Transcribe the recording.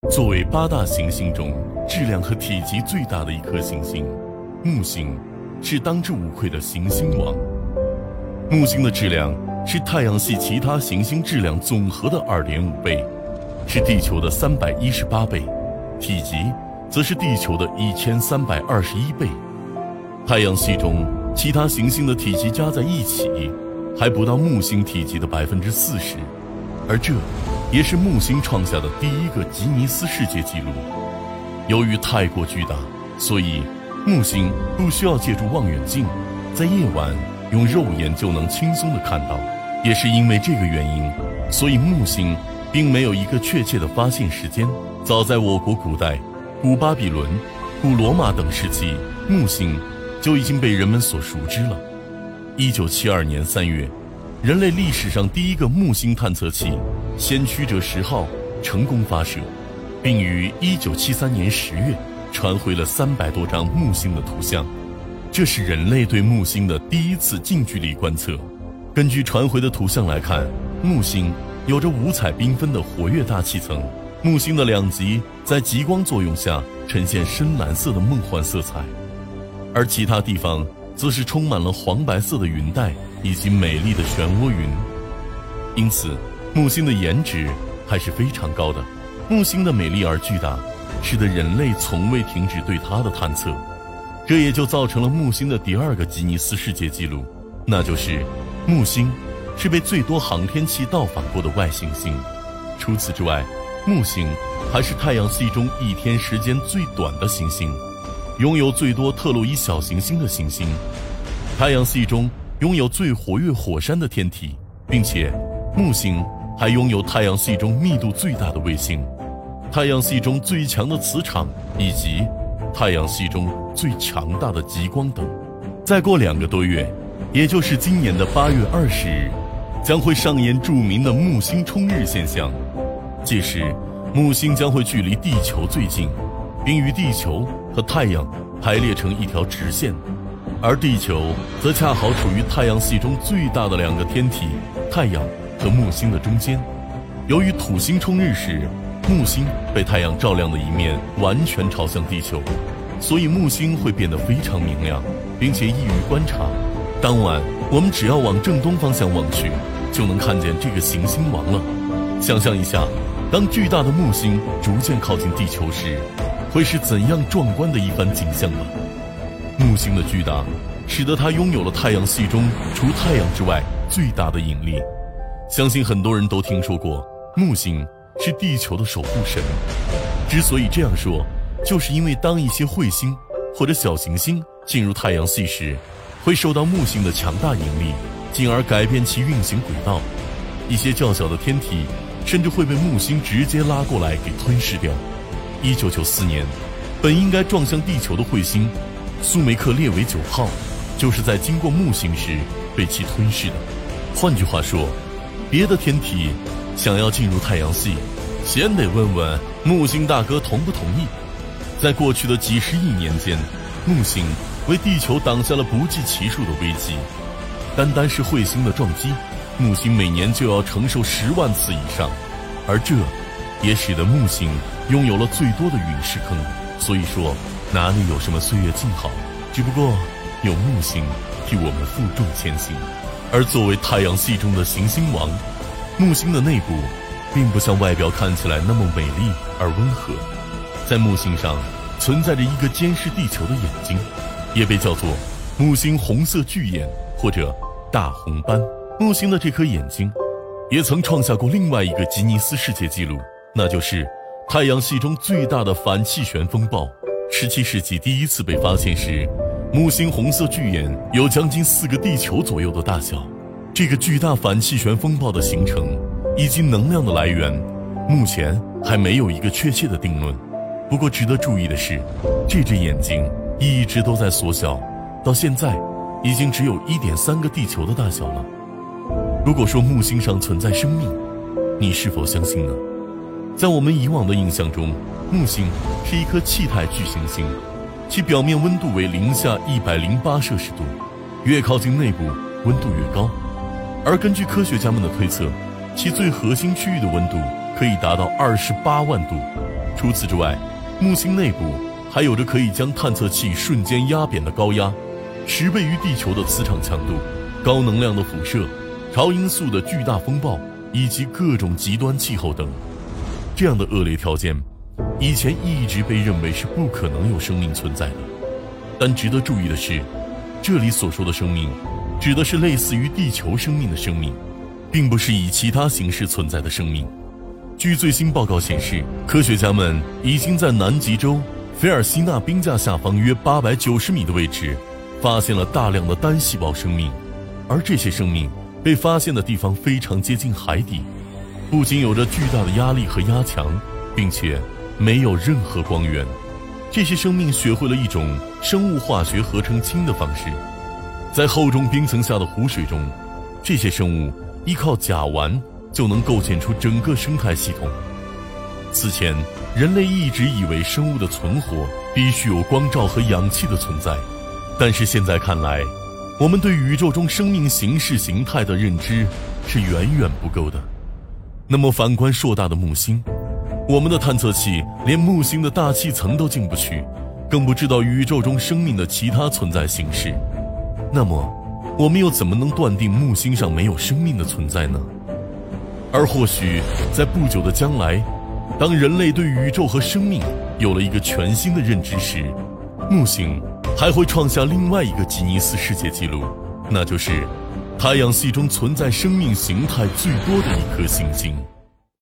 作为8大行星中质量和体积最大的一颗行星，木星是当之无愧的行星王。木星的质量是太阳系其他行星质量总和的2.5倍，是地球的318倍，体积则是地球的1321倍。太阳系中其他行星的体积加在一起，还不到木星体积的40%，而这也是木星创下的第一个吉尼斯世界纪录。由于太过巨大，所以木星不需要借助望远镜，在夜晚用肉眼就能轻松地看到。也是因为这个原因，所以木星并没有一个确切的发现时间。早在我国古代、古巴比伦、古罗马等时期，木星就已经被人们所熟知了。1972年3月，人类历史上第一个木星探测器先驱者10号成功发射，并于1973年10月传回了300多张木星的图像。这是人类对木星的第一次近距离观测。根据传回的图像来看，木星有着五彩缤纷的活跃大气层，木星的两极在极光作用下呈现深蓝色的梦幻色彩，而其他地方则是充满了黄白色的云带以及美丽的漩涡云。因此，木星的颜值还是非常高的。木星的美丽而巨大，使得人类从未停止对它的探测，这也就造成了木星的第2个吉尼斯世界纪录，那就是木星是被最多航天器到访过的外行星。除此之外，木星还是太阳系中一天时间最短的行星，拥有最多特洛伊小行星的行星，太阳系中拥有最活跃火山的天体，并且木星还拥有太阳系中密度最大的卫星，太阳系中最强的磁场，以及太阳系中最强大的极光等。再过2个多月，也就是今年的8月20日，将会上演著名的木星冲日现象。届时，木星将会距离地球最近，并与地球和太阳排列成一条直线，而地球则恰好处于太阳系中最大的2个天体太阳和木星的中间。由于土星冲日时，木星被太阳照亮的一面完全朝向地球，所以木星会变得非常明亮，并且易于观察。当晚，我们只要往正东方向望去，就能看见这个行星王了。想象一下，当巨大的木星逐渐靠近地球时，会是怎样壮观的一番景象吧。木星的巨大使得它拥有了太阳系中除太阳之外最大的引力。相信很多人都听说过，木星是地球的守护神。之所以这样说，就是因为当一些彗星或者小行星进入太阳系时，会受到木星的强大引力，进而改变其运行轨道。一些较小的天体甚至会被木星直接拉过来给吞噬掉。1994年，本应该撞向地球的彗星苏梅克列维9号，就是在经过木星时被其吞噬的。换句话说，别的天体想要进入太阳系，先得问问木星大哥同不同意。在过去的几十亿年间，木星为地球挡下了不计其数的危机。单单是彗星的撞击，木星每年就要承受10万次以上，而这也使得木星拥有了最多的陨石坑。所以说，哪里有什么岁月静好，只不过有木星替我们负重前行。而作为太阳系中的行星王，木星的内部并不像外表看起来那么美丽而温和。在木星上存在着一个监视地球的眼睛，也被叫做木星红色巨眼或者大红斑。木星的这颗眼睛也曾创下过另外一个吉尼斯世界纪录，那就是太阳系中最大的反气旋风暴。17世纪第一次被发现时，木星红色巨眼有将近4个地球左右的大小。这个巨大反气旋风暴的形成以及能量的来源，目前还没有一个确切的定论。不过值得注意的是，这只眼睛一直都在缩小，到现在已经只有1.3个地球的大小了。如果说木星上存在生命，你是否相信呢？在我们以往的印象中，木星是一颗气态巨行星，其表面温度为零下108摄氏度，越靠近内部温度越高。而根据科学家们的推测，其最核心区域的温度可以达到28万度。 除此之外，木星内部还有着可以将探测器瞬间压扁的高压，10倍于地球的磁场强度，高能量的辐射，超音速的巨大风暴，以及各种极端气候等。这样的恶劣条件，以前一直被认为是不可能有生命存在的。但值得注意的是，这里所说的生命，指的是类似于地球生命的生命，并不是以其他形式存在的生命。据最新报告显示，科学家们已经在南极洲菲尔西纳冰架下方约890米的位置，发现了大量的单细胞生命，而这些生命被发现的地方非常接近海底，不仅有着巨大的压力和压强，并且没有任何光源。这些生命学会了一种生物化学合成氢的方式，在厚重冰层下的湖水中，这些生物依靠甲烷就能构建出整个生态系统。此前，人类一直以为生物的存活必须有光照和氧气的存在，但是现在看来，我们对宇宙中生命形式形态的认知是远远不够的。那么反观硕大的木星，我们的探测器连木星的大气层都进不去，更不知道宇宙中生命的其他存在形式。那么，我们又怎么能断定木星上没有生命的存在呢？而或许在不久的将来，当人类对宇宙和生命有了一个全新的认知时，木星还会创下另外一个吉尼斯世界纪录，那就是太阳系中存在生命形态最多的一颗行星。